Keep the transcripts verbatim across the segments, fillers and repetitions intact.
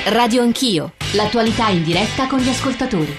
Radio Anch'io, l'attualità in diretta con gli ascoltatori.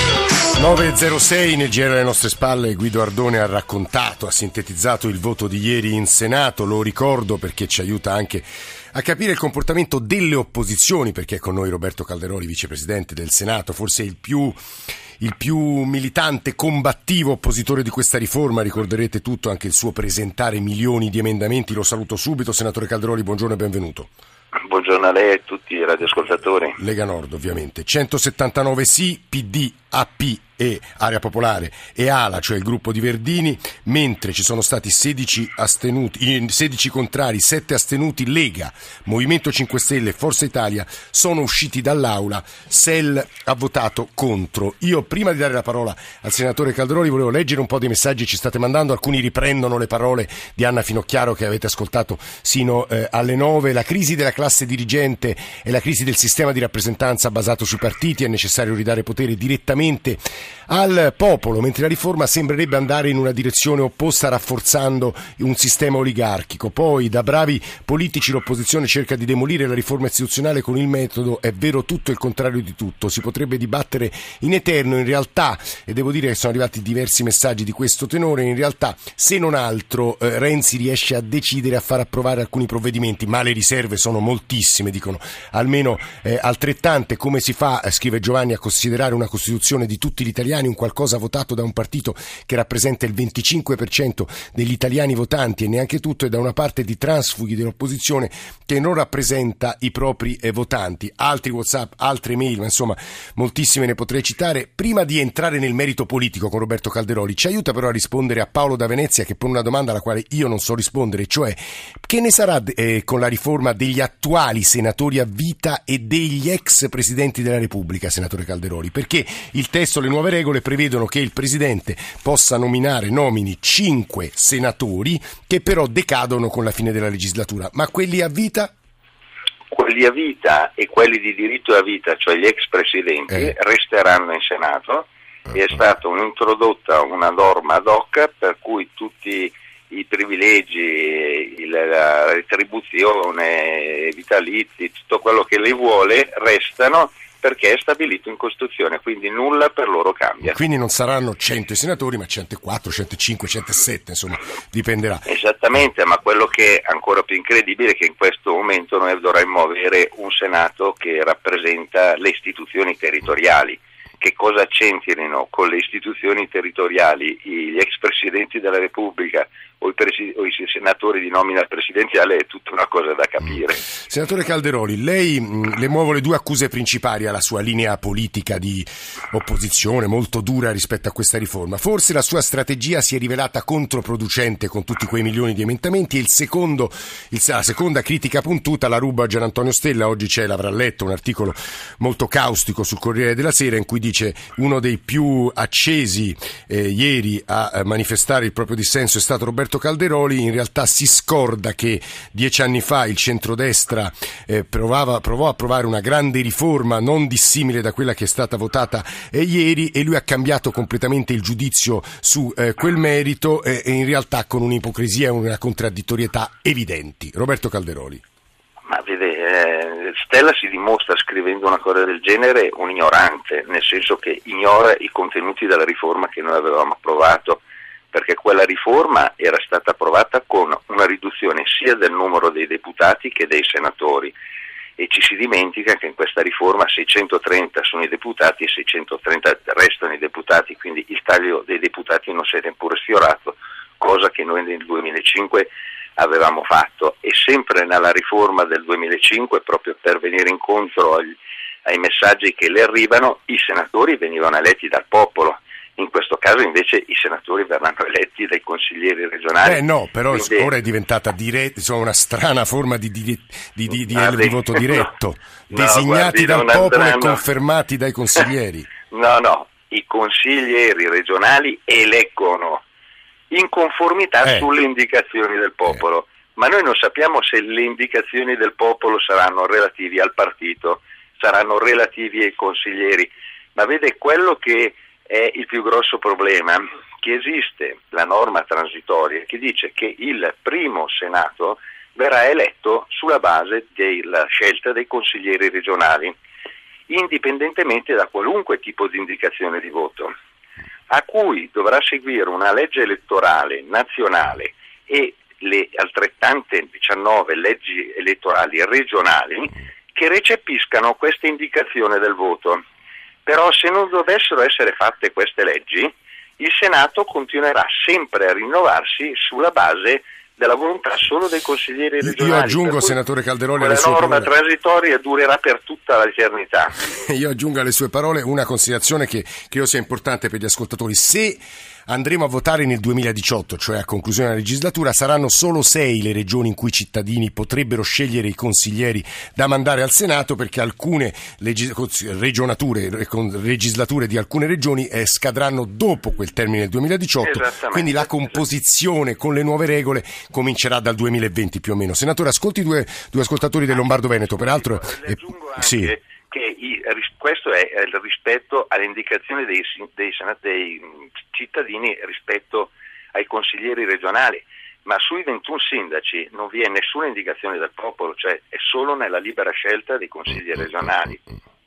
nove e zero sei, nel giro alle nostre spalle Guido Ardone ha raccontato, ha sintetizzato il voto di ieri in Senato, lo ricordo perché ci aiuta anche a capire il comportamento delle opposizioni, perché è con noi Roberto Calderoli, vicepresidente del Senato, forse il più... il più militante, combattivo oppositore di questa riforma. Ricorderete tutto, anche il suo presentare milioni di emendamenti. Lo saluto subito. Senatore Calderoli, buongiorno e benvenuto. Buongiorno a lei e a tutti i radioascoltatori. Lega Nord, ovviamente. centosettantanove sì, P D, A P e Area Popolare e ALA, cioè il gruppo di Verdini, mentre ci sono stati sedici astenuti, sedici contrari, sette astenuti. Lega, Movimento cinque Stelle e Forza Italia sono usciti dall'aula. S E L ha votato contro. Io, prima di dare la parola al senatore Calderoli, volevo leggere un po' dei messaggi che ci state mandando. Alcuni riprendono le parole di Anna Finocchiaro che avete ascoltato sino eh, alle nove. La crisi della classe dirigente e la crisi del sistema di rappresentanza basato sui partiti. È necessario ridare potere direttamente al popolo, mentre la riforma sembrerebbe andare in una direzione opposta, rafforzando un sistema oligarchico. Poi, da bravi politici, l'opposizione cerca di demolire la riforma istituzionale con il metodo è vero tutto e il contrario di tutto. Si potrebbe dibattere in eterno. In realtà, e devo dire che sono arrivati diversi messaggi di questo tenore, in realtà, se non altro, eh, Renzi riesce a decidere a far approvare alcuni provvedimenti, ma le riserve sono moltissime, dicono almeno eh, altrettante. Come si fa, eh, scrive Giovanni, a considerare una Costituzione di tutti gli italiani un qualcosa votato da un partito che rappresenta il venticinque per cento degli italiani votanti e neanche tutto, e da una parte di transfughi dell'opposizione che non rappresenta i propri eh, votanti. Altri WhatsApp, altre mail, ma insomma moltissime ne potrei citare. Prima di entrare nel merito politico con Roberto Calderoli, ci aiuta però a rispondere a Paolo da Venezia, che pone una domanda alla quale io non so rispondere, cioè che ne sarà eh, con la riforma degli attuali senatori a vita e degli ex presidenti della Repubblica, senatore Calderoli, perché il testo, le nuove regole prevedono che il Presidente possa nominare, nomini cinque senatori che però decadono con la fine della legislatura, ma quelli a vita? Quelli a vita e quelli di diritto a vita, cioè gli ex presidenti, eh. resteranno in Senato uh-huh. e è stata introdotta una norma ad hoc per cui tutti i privilegi, il, la retribuzione, i vitalizi, tutto quello che lei vuole restano, perché è stabilito in Costituzione, quindi nulla per loro cambia. Quindi non saranno cento i senatori, ma centoquattro, centocinque, centosette, insomma, dipenderà. Esattamente, ma quello che è ancora più incredibile è che in questo momento noi dovremmo avere un Senato che rappresenta le istituzioni territoriali. Che cosa c'entrino con le istituzioni territoriali gli ex presidenti della Repubblica o i, presi- o i senatori di nomina presidenziale è tutta una cosa da capire. Mm. Senatore Calderoli, lei mh, le muovo le due accuse principali alla sua linea politica di opposizione molto dura rispetto a questa riforma. Forse la sua strategia si è rivelata controproducente con tutti quei milioni di emendamenti, e il secondo, il, la seconda critica puntuta la ruba Gian Antonio Stella. Oggi c'è, l'avrà letto, un articolo molto caustico sul Corriere della Sera in cui dice uno dei più accesi eh, ieri a eh, manifestare il proprio dissenso è stato Roberto Calderoli. In realtà si scorda che dieci anni fa il centrodestra eh, provava, provò a provare una grande riforma non dissimile da quella che è stata votata eh, ieri, e lui ha cambiato completamente il giudizio su eh, quel merito, eh, e in realtà con un'ipocrisia e una contraddittorietà evidenti. Roberto Calderoli. Ma vede, eh, Stella si dimostra, scrivendo una cosa del genere, un ignorante, nel senso che ignora i contenuti della riforma che noi avevamo approvato, perché quella riforma era stata approvata con una riduzione sia del numero dei deputati che dei senatori, e ci si dimentica che in questa riforma seicentotrenta sono i deputati e seicentotrenta restano i deputati, quindi il taglio dei deputati non si è neppure sfiorato, cosa che noi nel duemilacinque avevamo fatto. E sempre nella riforma del duemilacinque, proprio per venire incontro agli, ai messaggi che le arrivano, i senatori venivano eletti dal popolo. In questo caso invece i senatori verranno eletti dai consiglieri regionali. Eh no, però quindi, ora è diventata dire, insomma, una strana forma di, di, di, di, di, ah, di voto diretto, no, designati no, guardi, dal popolo andranno... e confermati dai consiglieri. No, no, i consiglieri regionali eleggono in conformità eh. sulle indicazioni del popolo, eh. ma noi non sappiamo se le indicazioni del popolo saranno relativi al partito, saranno relativi ai consiglieri, ma vede, quello che è il più grosso problema, che esiste la norma transitoria che dice che il primo Senato verrà eletto sulla base della scelta dei consiglieri regionali, indipendentemente da qualunque tipo di indicazione di voto, a cui dovrà seguire una legge elettorale nazionale e le altrettante diciannove leggi elettorali regionali che recepiscano questa indicazione del voto. Però se non dovessero essere fatte queste leggi, il Senato continuerà sempre a rinnovarsi sulla base della volontà solo dei consiglieri regionali. Io aggiungo, senatore Calderoli, la norma parole... transitoria durerà per tutta l'eternità. Io aggiungo alle sue parole una considerazione che credo sia importante per gli ascoltatori. Se andremo a votare nel duemiladiciotto, cioè a conclusione della legislatura, saranno solo sei le regioni in cui i cittadini potrebbero scegliere i consiglieri da mandare al Senato, perché alcune legis- regionature, legislature di alcune regioni eh, scadranno dopo quel termine del duemiladiciotto, quindi la composizione con le nuove regole comincerà dal duemilaventi più o meno. Senatore, ascolti due, due ascoltatori del Lombardo Veneto, peraltro... Eh, sì. Che i, questo è il rispetto alle indicazioni dei, dei, dei cittadini rispetto ai consiglieri regionali, ma sui ventuno sindaci non vi è nessuna indicazione del popolo, cioè è solo nella libera scelta dei consigli regionali.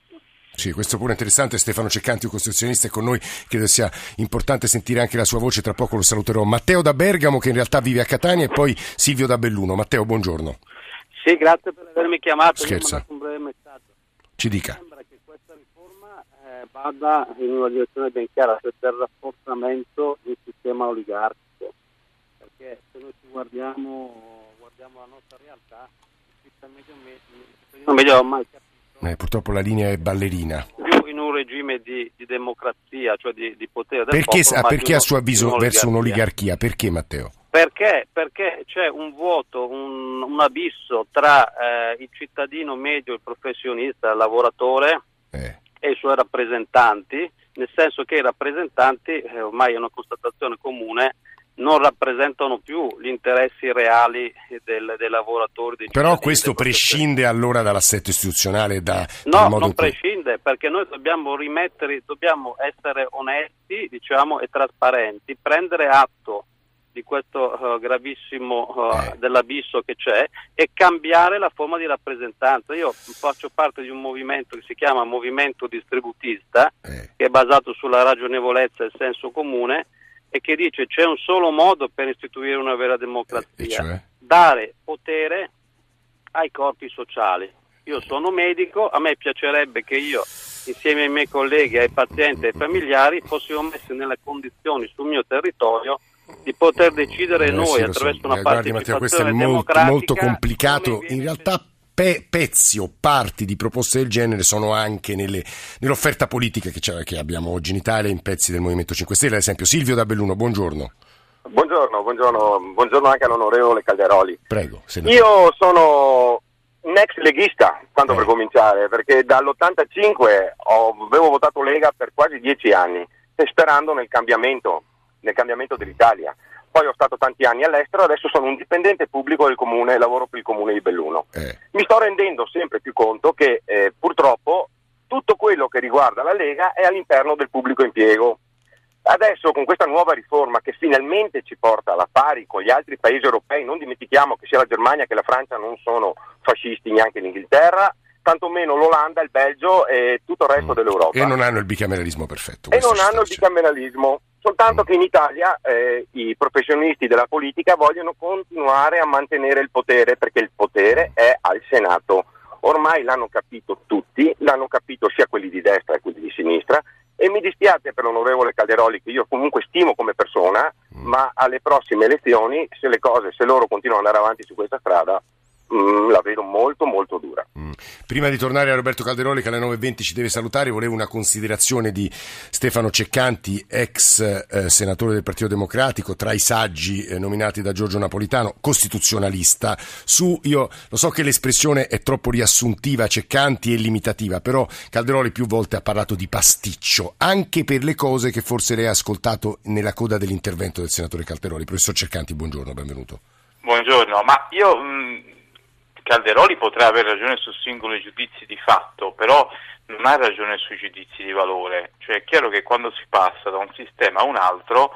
Sì, questo pure è interessante. Stefano Ceccanti, un costituzionista, è con noi, credo sia importante sentire anche la sua voce, tra poco lo saluterò. Matteo da Bergamo, che in realtà vive a Catania, e poi Silvio da Belluno. Matteo, buongiorno. Sì, grazie per avermi chiamato. Scherza. Un breve messaggio. Ci dica. Sembra che questa riforma eh, vada in una direzione ben chiara, cioè del rafforzamento del sistema oligarchico, perché se noi ci guardiamo, guardiamo la nostra realtà, il cittadino medio ha mai capito. Eh, purtroppo la linea è ballerina. In un regime di, di democrazia, cioè di, di potere del perché, popolo. Ah, perché uno, a suo avviso un'oligarchia. Verso un'oligarchia? Perché, Matteo? Perché? Perché c'è un vuoto, un, un abisso tra eh, il cittadino medio, il professionista, il lavoratore eh. e i suoi rappresentanti, nel senso che i rappresentanti, eh, ormai è una constatazione comune, non rappresentano più gli interessi reali del, dei lavoratori. Dei Però questo prescinde allora dall'assetto istituzionale? Da, no, modo non prescinde, perché noi dobbiamo rimettere, dobbiamo essere onesti, diciamo, e trasparenti, prendere atto di questo uh, gravissimo uh, eh. dell'abisso che c'è e cambiare la forma di rappresentanza. Io faccio parte di un movimento che si chiama movimento distributista, eh. che è basato sulla ragionevolezza e il senso comune, e che dice c'è un solo modo per istituire una vera democrazia, cioè? dare potere ai corpi sociali. Io sono medico, a me piacerebbe che io, insieme ai miei colleghi, ai pazienti e ai familiari, fossimo messi nelle condizioni sul mio territorio di poter decidere eh, noi sì, attraverso so. una eh, guardi, Matteo, questo è molto, molto complicato. In realtà pe- pezzi o parti di proposte del genere sono anche nelle, nell'offerta politica che, che abbiamo oggi in Italia, in pezzi del Movimento cinque Stelle, ad esempio. Silvio da Belluno, buongiorno. Buongiorno, buongiorno, buongiorno anche all'onorevole Calderoli. Prego. Senatore. Io sono un ex leghista, tanto eh. per cominciare, perché dall'ottantacinque ho, avevo votato Lega per quasi dieci anni, sperando nel cambiamento. nel cambiamento dell'Italia. Poi ho stato tanti anni all'estero, adesso sono un dipendente pubblico del comune, lavoro per il comune di Belluno. Eh. Mi sto rendendo sempre più conto che eh, purtroppo tutto quello che riguarda la Lega è all'interno del pubblico impiego. Adesso con questa nuova riforma che finalmente ci porta alla pari con gli altri paesi europei, non dimentichiamo che sia la Germania che la Francia non sono fascisti, neanche l'Inghilterra, tantomeno l'Olanda, il Belgio e tutto il resto mm. dell'Europa. E non hanno il bicameralismo perfetto. E non hanno il bicameralismo. Soltanto che in Italia eh, i professionisti della politica vogliono continuare a mantenere il potere, perché il potere è al Senato. Ormai l'hanno capito tutti, l'hanno capito sia quelli di destra che quelli di sinistra, e mi dispiace per l'onorevole Calderoli, che io comunque stimo come persona, ma alle prossime elezioni, se le cose, se loro continuano ad andare avanti su questa strada, Mm, la vedo molto molto dura. Mm. Prima di tornare a Roberto Calderoli, che alle nove e venti ci deve salutare, volevo una considerazione di Stefano Ceccanti, ex eh, senatore del Partito Democratico, tra i saggi eh, nominati da Giorgio Napolitano, costituzionalista. Su, io lo so che l'espressione è troppo riassuntiva, Ceccanti, e limitativa, però Calderoli più volte ha parlato di pasticcio, anche per le cose che forse lei ha ascoltato nella coda dell'intervento del senatore Calderoli. Professor Ceccanti, buongiorno, benvenuto. Buongiorno, ma io... Mh... Calderoli potrà aver ragione su singoli giudizi di fatto, però non ha ragione sui giudizi di valore. Cioè è chiaro che quando si passa da un sistema a un altro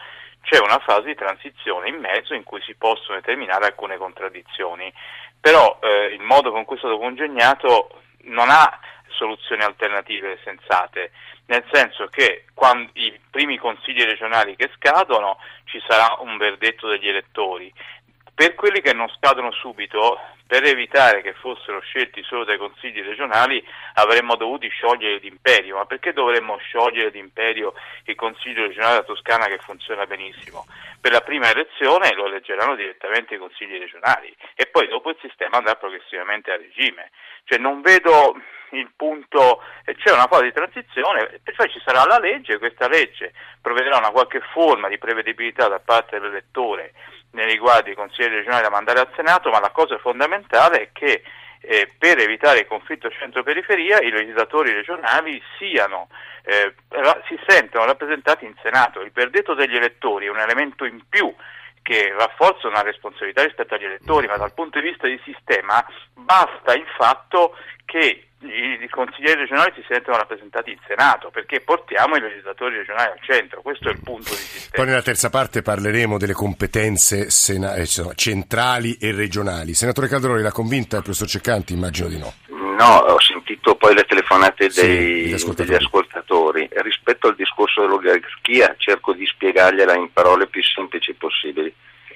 c'è una fase di transizione in mezzo in cui si possono determinare alcune contraddizioni, però eh, il modo con cui è stato congegnato non ha soluzioni alternative sensate, nel senso che quando i primi consigli regionali che scadono ci sarà un verdetto degli elettori. Per quelli che non scadono subito, per evitare che fossero scelti solo dai consigli regionali, avremmo dovuto sciogliere d'imperio. Ma perché dovremmo sciogliere d'imperio il consiglio regionale della Toscana che funziona benissimo? Per la prima elezione lo eleggeranno direttamente i consigli regionali e poi dopo il sistema andrà progressivamente a regime. Cioè non vedo il punto, c'è una fase di transizione, poi ci sarà la legge, questa legge provvederà a una qualche forma di prevedibilità da parte dell'elettore nei riguardi dei consigli regionali da mandare al Senato, ma la cosa fondamentale è che eh, per evitare il conflitto centro-periferia i legislatori regionali siano, eh, si sentono rappresentati in Senato. Il verdetto degli elettori è un elemento in più che rafforza una responsabilità rispetto agli elettori, ma dal punto di vista di sistema basta il fatto che i consiglieri regionali si sentono rappresentati in Senato, perché portiamo i legislatori regionali al centro, questo è il punto di sistema. Poi nella terza parte parleremo delle competenze sena- eh, centrali e regionali. Senatore Calderoli, l'ha convinta il professor Ceccanti? Immagino di no. No, ho sentito poi le telefonate sì, dei, degli ascoltatori. degli ascoltatori. Rispetto al discorso dell'oligarchia cerco di spiegargliela in parole più semplici possibili.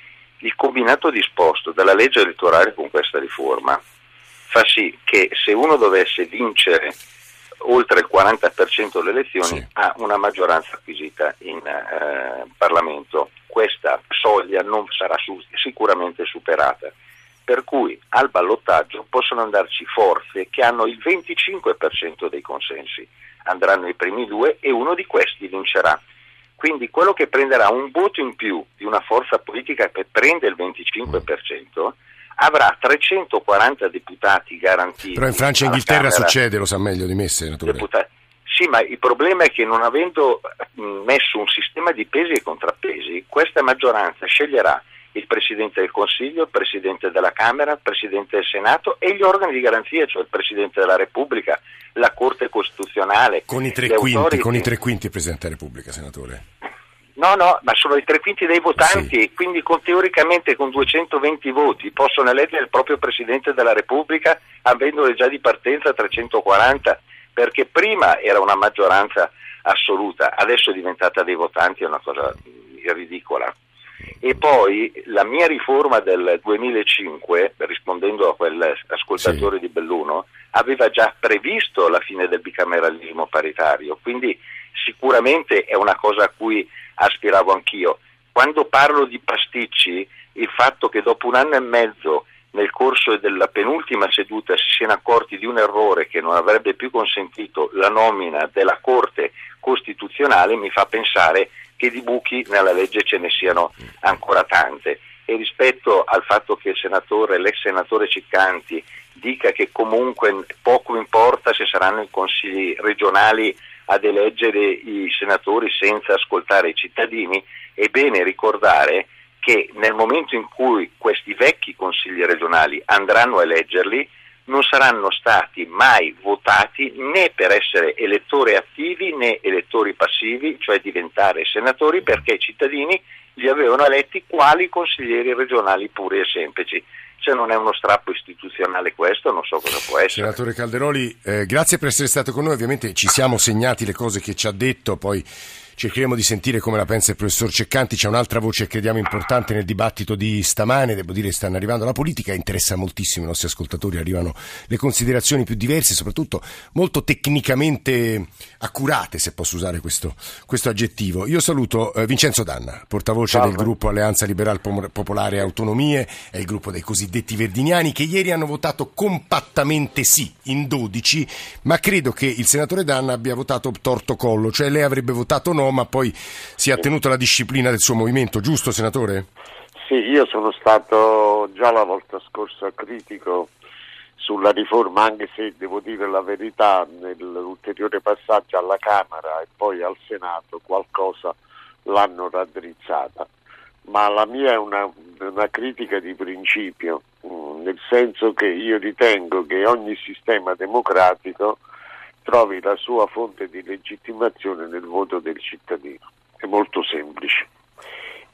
Il combinato disposto dalla legge elettorale con questa riforma fa sì che se uno dovesse vincere oltre il quaranta per cento delle elezioni sì. ha una maggioranza acquisita in eh, Parlamento. Questa soglia non sarà su- sicuramente superata, per cui al ballottaggio possono andarci forze che hanno il venticinque per cento dei consensi, andranno i primi due e uno di questi vincerà. Quindi quello che prenderà un voto in più di una forza politica che prende il venticinque per cento avrà trecentoquaranta deputati garantiti. Però in Francia e Inghilterra Camera, succede, lo sa meglio di me, senatore. Deputati. Sì, ma il problema è che non avendo messo un sistema di pesi e contrappesi, questa maggioranza sceglierà il Presidente del Consiglio, il Presidente della Camera, il Presidente del Senato e gli organi di garanzia, cioè il Presidente della Repubblica, la Corte Costituzionale. Con i tre quinti, autority. Con i tre quinti il Presidente della Repubblica, senatore. No, no, ma sono i tre quinti dei votanti, sì. Quindi con, teoricamente con duecentoventi voti possono eleggere il proprio Presidente della Repubblica avendole già di partenza trecentoquaranta, perché prima era una maggioranza assoluta, adesso è diventata dei votanti, è una cosa ridicola. E poi la mia riforma del duemilacinque, rispondendo a quell'ascoltatore sì. di Belluno, aveva già previsto la fine del bicameralismo paritario, quindi sicuramente è una cosa a cui aspiravo anch'io. Quando parlo di pasticci, il fatto che dopo un anno e mezzo nel corso della penultima seduta si siano accorti di un errore che non avrebbe più consentito la nomina della Corte Costituzionale mi fa pensare che di buchi nella legge ce ne siano ancora tante. E rispetto al fatto che il senatore, l'ex senatore Ceccanti dica che comunque poco importa se saranno i consigli regionali ad eleggere i senatori senza ascoltare i cittadini, è bene ricordare che nel momento in cui questi vecchi consigli regionali andranno a eleggerli non saranno stati mai votati né per essere elettori attivi né elettori passivi, cioè diventare senatori, perché i cittadini li avevano eletti quali consiglieri regionali puri e semplici. Se non è uno strappo istituzionale questo, non so cosa può essere. Senatore Calderoli, eh, grazie per essere stato con noi. Ovviamente ci siamo segnati le cose che ci ha detto, poi cercheremo di sentire come la pensa il professor Ceccanti. C'è un'altra voce che crediamo importante nel dibattito di stamane, devo dire stanno arrivando la politica, interessa moltissimo i nostri ascoltatori, arrivano le considerazioni più diverse, soprattutto molto tecnicamente accurate, se posso usare questo, questo aggettivo. Io saluto eh, Vincenzo Danna, portavoce Ciao. del gruppo Alleanza Liberal Popolare Autonomie, è il gruppo dei cosiddetti verdiniani, che ieri hanno votato compattamente sì in dodici, ma credo che il senatore Danna abbia votato torto collo, cioè lei avrebbe votato no, ma poi si è attenuto alla disciplina del suo movimento, giusto senatore? Sì, io sono stato già la volta scorsa critico sulla riforma, anche se devo dire la verità, nell'ulteriore passaggio alla Camera e poi al Senato qualcosa l'hanno raddrizzata, ma la mia è una, una critica di principio, nel senso che io ritengo che ogni sistema democratico trovi la sua fonte di legittimazione nel voto del cittadino. È molto semplice.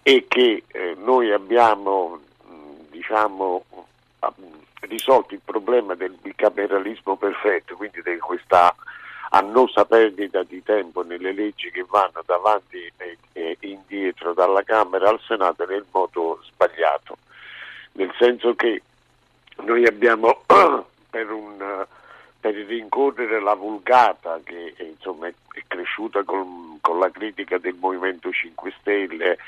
e che eh, noi abbiamo mh, diciamo risolto il problema del bicameralismo perfetto, quindi di questa annosa perdita di tempo nelle leggi che vanno davanti e, e indietro dalla Camera al Senato nel modo sbagliato, nel senso che noi abbiamo per, un, per rincorrere la vulgata che insomma è cresciuta con, con la critica del Movimento cinque Stelle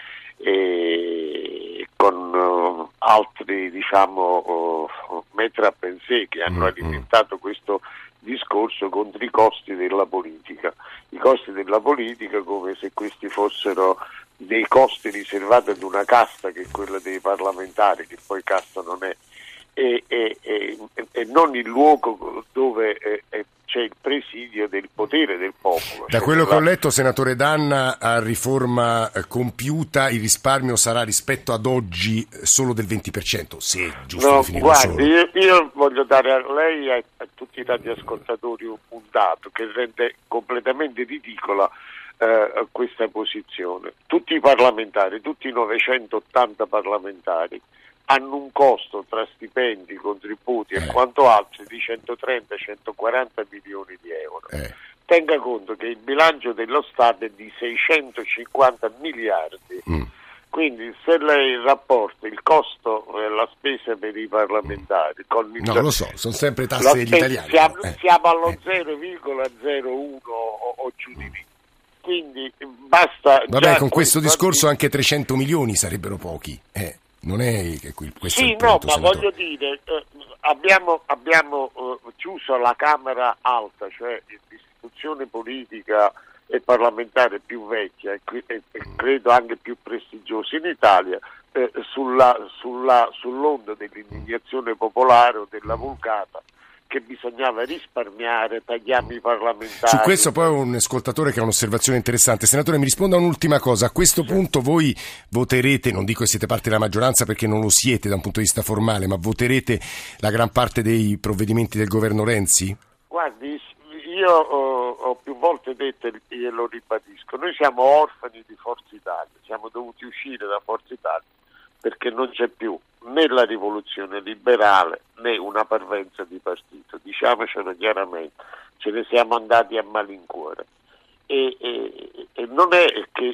e con uh, altri diciamo uh, metri a pensée che hanno alimentato questo discorso contro i costi della politica, i costi della politica come se questi fossero dei costi riservati ad una casta che è quella dei parlamentari, che poi casta non è, e, e, e, e non il luogo dove è, è, c'è il presidio del potere del popolo. Da cioè quello la... che ho letto, senatore D'Anna, a riforma compiuta il risparmio sarà rispetto ad oggi solo del venti per cento, se è giusto no, definirlo guardi, solo. Io, io voglio dare a lei e a, a tutti i radioascoltatori un, un dato che rende completamente ridicola eh, questa posizione. Tutti i parlamentari, tutti i novecentottanta parlamentari hanno un costo tra stipendi, contributi e eh. quanto altro di centotrenta centoquaranta milioni di euro. Eh. Tenga conto che il bilancio dello Stato è di seicentocinquanta miliardi. Mm. Quindi se lei rapporta il costo e la spesa per i parlamentari con il... No, lo so, sono sempre tasse degli italiani. Siamo, eh. siamo allo eh. zero virgola zero uno o, o giù di lì. Quindi basta... Vabbè, con questo questi... discorso anche trecento milioni sarebbero pochi. Eh. Non è che questo sì, è il punto, no, ma senatore. voglio dire, eh, abbiamo, abbiamo eh, chiuso la Camera Alta, cioè l'istituzione politica e parlamentare più vecchia e, e, e credo anche più prestigiosa in Italia, eh, sulla, sulla, sull'onda dell'indignazione popolare o della vulgata, che bisognava risparmiare, tagliamo i parlamentari. Su questo poi un ascoltatore che ha un'osservazione interessante. Senatore, mi risponda a un'ultima cosa. A questo sì. punto voi voterete, non dico che siete parte della maggioranza perché non lo siete da un punto di vista formale, ma voterete la gran parte dei provvedimenti del governo Renzi? Guardi, io ho, ho più volte detto e lo ribadisco, noi siamo orfani di Forza Italia, siamo dovuti uscire da Forza Italia perché non c'è più né la rivoluzione liberale né una parvenza di partito, diciamocelo chiaramente, ce ne siamo andati a malincuore e, e, e non è che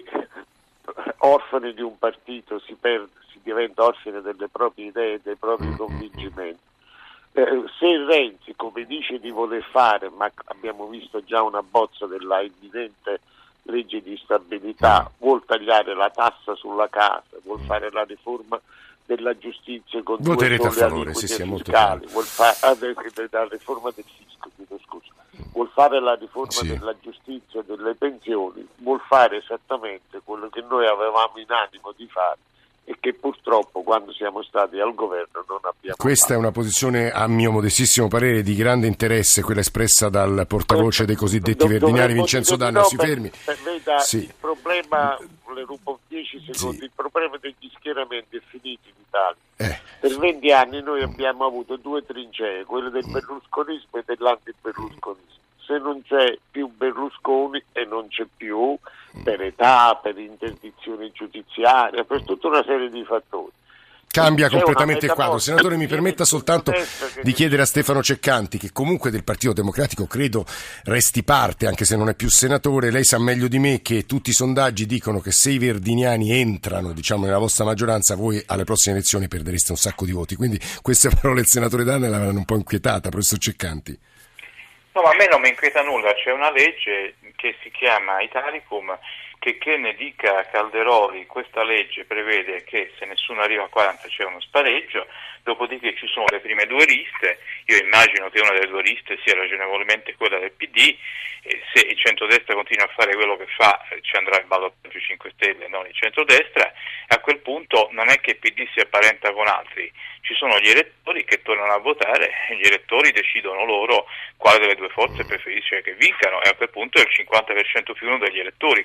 orfani di un partito si, perde, si diventa orfani delle proprie idee, dei propri convincimenti. Eh, se Renzi, come dice di voler fare, ma abbiamo visto già una bozza della imminente legge di stabilità, vuol tagliare la tassa sulla casa, vuol fare la riforma della giustizia con voterete due a favore, sì, sì, fiscali, vuol fare la riforma del fisco, scusa, vuol fare la riforma sì. della giustizia e delle pensioni, vuol fare esattamente quello che noi avevamo in animo di fare e che purtroppo quando siamo stati al governo non abbiamo Questa fatto. È una posizione, a mio modestissimo parere, di grande interesse, quella espressa dal portavoce dei cosiddetti verdiniani Vincenzo D'Anna. Si fermi. Per, per veda, sì. Il problema, le rubo dieci secondi, sì. il problema degli schieramenti è finito in Italia. Eh. Per venti anni noi abbiamo avuto due trincee, quelle del berlusconismo e dell'antiberlusconismo. Se non c'è più Berlusconi e non c'è più per età, per interdizione giudiziaria, per tutta una serie di fattori. Cambia completamente il quadro. Senatore, mi permetta soltanto di chiedere a Stefano Ceccanti, che comunque del Partito Democratico credo resti parte, anche se non è più senatore. Lei sa meglio di me che tutti i sondaggi dicono che se i verdiniani entrano, diciamo, nella vostra maggioranza, voi alle prossime elezioni perdereste un sacco di voti. Quindi queste parole del senatore D'Anna l'hanno un po' inquietata, professor Ceccanti. No, ma a me non mi inquieta nulla, c'è una legge che si chiama Italicum, che che ne dica Calderoli, questa legge prevede che se nessuno arriva a quaranta c'è uno spareggio, dopodiché ci sono le prime due liste, io immagino che una delle due liste sia ragionevolmente quella del P D, e se il centrodestra continua a fare quello che fa ci andrà il ballottaggio cinque Stelle, non il centrodestra, e a quel punto non è che il P D si apparenta con altri, ci sono gli elettori che tornano a votare e gli elettori decidono loro quale delle due forze preferisce che vincano, e a quel punto è il cinquanta per cento più uno degli elettori che vota.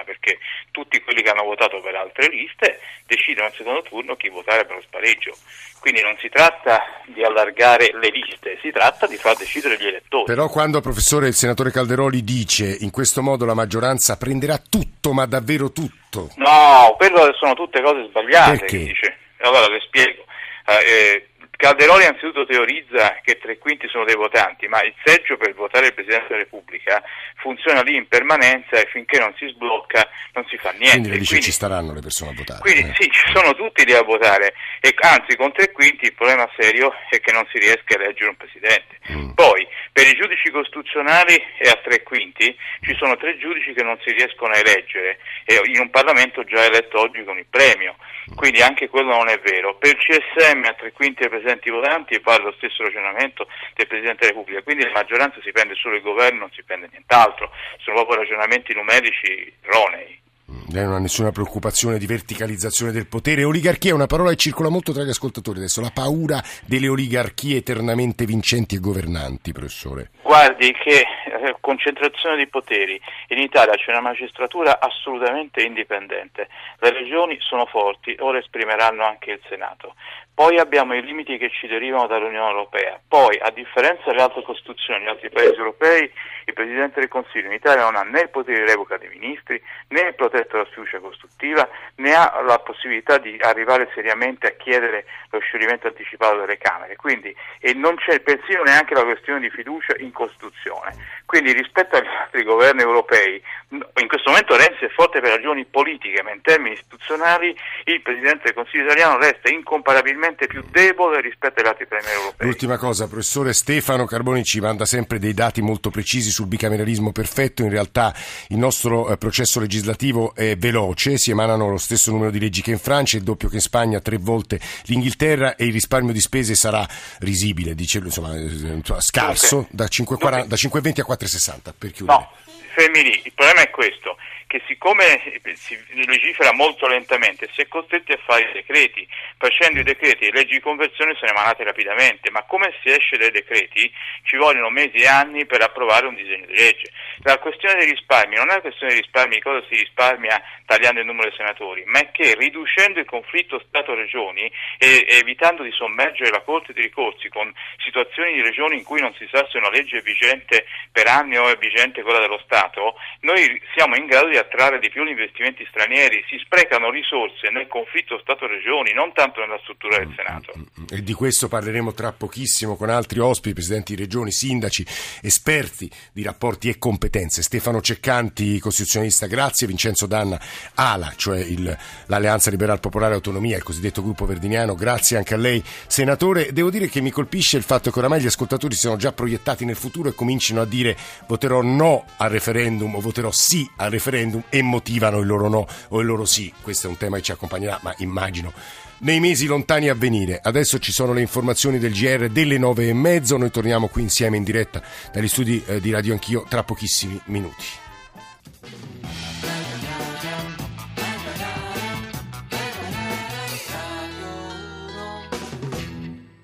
perché tutti quelli che hanno votato per altre liste decidono al secondo turno chi votare per lo spareggio. Quindi non si tratta di allargare le liste, si tratta di far decidere gli elettori. Però quando, professore, il senatore Calderoli dice in questo modo la maggioranza prenderà tutto, ma davvero tutto. No, quello sono tutte cose sbagliate. Perché? Che dice. Allora le spiego. Eh, Calderoli anzitutto teorizza che tre quinti sono dei votanti, ma il seggio per votare il Presidente della Repubblica funziona lì in permanenza e finché non si sblocca non si fa niente. Quindi le dice quindi, ci staranno le persone a votare. Quindi eh. sì, ci sono tutti lì a votare, e anzi con tre quinti il problema serio è che non si riesca a eleggere un Presidente. Mm. Poi per i giudici costituzionali e a tre quinti ci sono tre giudici che non si riescono a eleggere, e in un Parlamento già eletto oggi con il premio, quindi anche quello non è vero. Per il C S M a tre quinti dei presenti votanti e pare lo stesso ragionamento del Presidente della Repubblica, quindi la maggioranza si prende solo il governo, non si prende nient'altro, sono proprio ragionamenti numerici erronei. Lei non ha nessuna preoccupazione di verticalizzazione del potere. Oligarchia è una parola che circola molto tra gli ascoltatori adesso, la paura delle oligarchie eternamente vincenti e governanti, professore. Guardi che eh, concentrazione di poteri, in Italia c'è una magistratura assolutamente indipendente, le regioni sono forti, ora esprimeranno anche il Senato. Poi abbiamo i limiti che ci derivano dall'Unione Europea. Poi, a differenza delle altre Costituzioni di altri paesi europei, il Presidente del Consiglio in Italia non ha né il potere di revoca dei ministri, né il protetto della sfiducia costruttiva, né ha la possibilità di arrivare seriamente a chiedere lo scioglimento anticipato delle Camere. Quindi, e non c'è persino neanche la questione di fiducia in Costituzione. Quindi, rispetto agli altri governi europei, in questo momento Renzi è forte per ragioni politiche, ma in termini istituzionali il Presidente del Consiglio italiano resta incomparabilmente più debole rispetto agli altri premier europei. L'ultima cosa, professore, Stefano Carboni ci manda sempre dei dati molto precisi sul bicameralismo perfetto. In realtà il nostro eh, processo legislativo è veloce, si emanano lo stesso numero di leggi che in Francia, il doppio che in Spagna, tre volte l'Inghilterra, e il risparmio di spese sarà risibile, dice, insomma, scarso, okay. da cinque virgola venti a quattro virgola sessanta, per chiudere. No, fermi lì, il problema è questo, che siccome si legifera molto lentamente si è costretti a fare i decreti, facendo i decreti e leggi di conversione sono emanate rapidamente, ma come si esce dai decreti ci vogliono mesi e anni per approvare un disegno di legge. La questione dei risparmi non è una questione di risparmi, di cosa si risparmia tagliando il numero dei senatori, ma è che riducendo il conflitto Stato-Regioni e evitando di sommergere la Corte di ricorsi con situazioni di regioni in cui non si sa se una legge è vigente per anni o è vigente quella dello Stato, noi siamo in grado di attrarre di più gli investimenti stranieri, si sprecano risorse nel conflitto Stato-Regioni, non tanto nella struttura del Senato. E di questo parleremo tra pochissimo con altri ospiti, presidenti di regioni, sindaci, esperti di rapporti e competenze. Stefano Ceccanti, costituzionalista, grazie. Vincenzo Danna, A L A, cioè il, l'Alleanza Liberal Popolare Autonomia, il cosiddetto gruppo verdiniano, grazie anche a lei, senatore. Devo dire che mi colpisce il fatto che oramai gli ascoltatori siano già proiettati nel futuro e comincino a dire voterò no al referendum o voterò sì al referendum, e motivano il loro no o il loro sì. Questo è un tema che ci accompagnerà, ma immagino nei mesi lontani a venire. Adesso ci sono le informazioni del G R delle nove e mezzo. Noi torniamo qui insieme in diretta dagli studi eh, di Radio Anch'io tra pochissimi minuti.